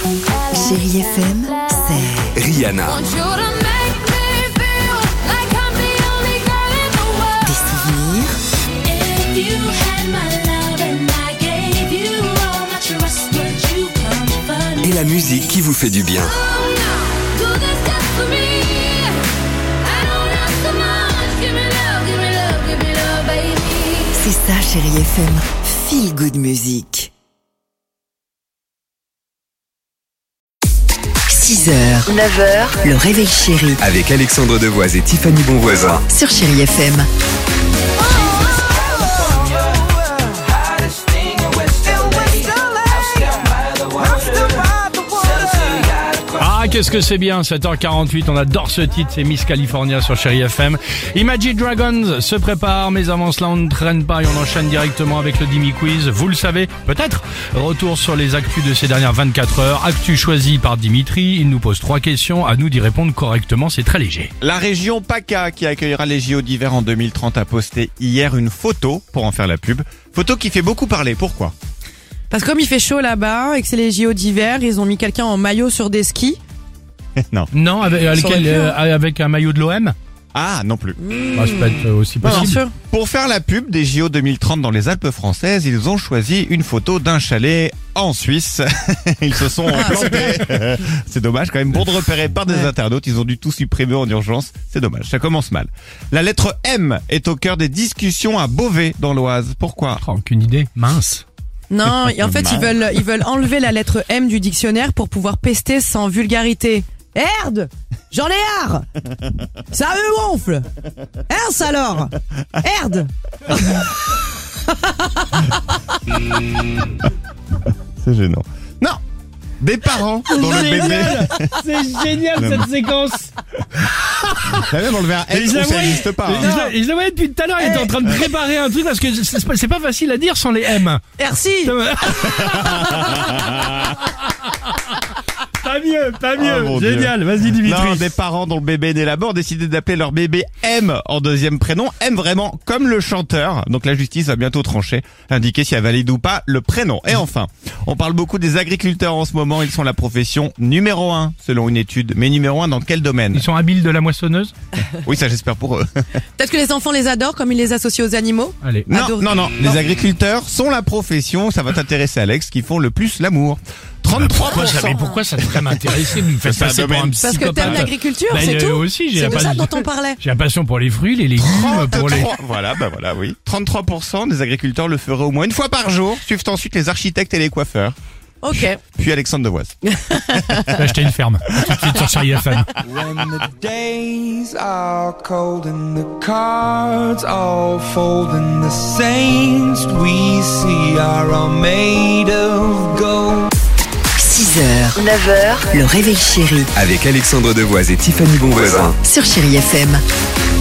Chérie FM, c'est Rihanna. des souvenirs Et la musique qui vous fait du bien. c'est ça Chérie FM, Feel Good Music. 6h, 9h, le réveil chéri Avec Alexandre Devoise et Tiffany Bonvoisin. sur Chérie FM. Ah, qu'est-ce que c'est bien, 7h48, on adore ce titre, c'est Miss California sur Chérie FM. Imagine Dragons se prépare, mais avant cela on ne traîne pas et on enchaîne directement avec le Dimi Quiz. Vous le savez, peut-être. Retour sur les actus de ces dernières 24 heures. Actu choisi par Dimitri, il nous pose 3 questions, à nous d'y répondre correctement, c'est très léger. La région PACA, qui accueillera les JO d'hiver en 2030, a posté hier une photo pour en faire la pub. Photo qui fait beaucoup parler, pourquoi ? Parce que comme il fait chaud là-bas et que c'est les JO d'hiver, ils ont mis quelqu'un en maillot sur des skis. Non. Non, avec un maillot de l'OM. Ah, non plus. Ça peut être aussi Bien possible. sûr. Pour faire la pub des JO 2030 dans les Alpes françaises, ils ont choisi une photo d'un chalet en Suisse. Ils se sont plantés. C'est dommage quand même. Bon de repérer par des internautes, ils ont dû tout supprimer en urgence. C'est dommage, ça commence mal. La lettre M est au cœur des discussions à Beauvais dans l'Oise. Pourquoi ? Oh, aucune idée, mince. Non, et en fait ils veulent enlever la lettre M du dictionnaire pour pouvoir pester sans vulgarité. Herde, j'en ai marre. Ça me gonfle. Herse alors. Herde. C'est gênant. Non. Des parents dont le bébé... C'est génial cette séquence. T'as même enlevé un S, ça n'existe pas. hein. Je le voyais depuis tout à l'heure, il était en train de préparer un truc parce que c'est pas facile à dire sans les M. Merci. Pas mieux. Oh, mon Génial, vas-y Dimitri. Non, des parents dont le bébé est né là-bas ont décidé d'appeler leur bébé M en deuxième prénom. M vraiment comme le chanteur. Donc la justice va bientôt trancher, indiquer si elle valide ou pas le prénom. Et enfin, on parle beaucoup des agriculteurs en ce moment. Ils sont la profession numéro 1 selon une étude. Mais numéro 1 dans quel domaine ? Ils sont habiles de la moissonneuse. Oui, ça j'espère pour eux. Peut-être que les enfants les adorent comme ils les associent aux animaux. Allez. Non. Les agriculteurs sont la profession, ça va t'intéresser Alex, qui font le plus l'amour. 33%. Pourquoi ça devrait m'intéresser? Vous me faites C'est un passer pour un domaine. Parce que psychopathe. t'aimes l'agriculture, Ben, c'est tout. aussi, j'ai C'est la de ça passion. dont on parlait. J'ai la passion pour les fruits, les légumes, pour les... 33. Voilà, oui. 33% des agriculteurs le feraient au moins une fois par jour. Suivent ensuite les architectes et les coiffeurs. Ok. Puis Alexandre Devoise. J'ai acheté une ferme. Tout de suite sur Chérie FM. When the days are cold and the cards all fold and the saints we see are all made of gold. 6h, 9h, le réveil chéri Avec Alexandre Devoise et Tiffany Bonvoisin. sur Chérie FM.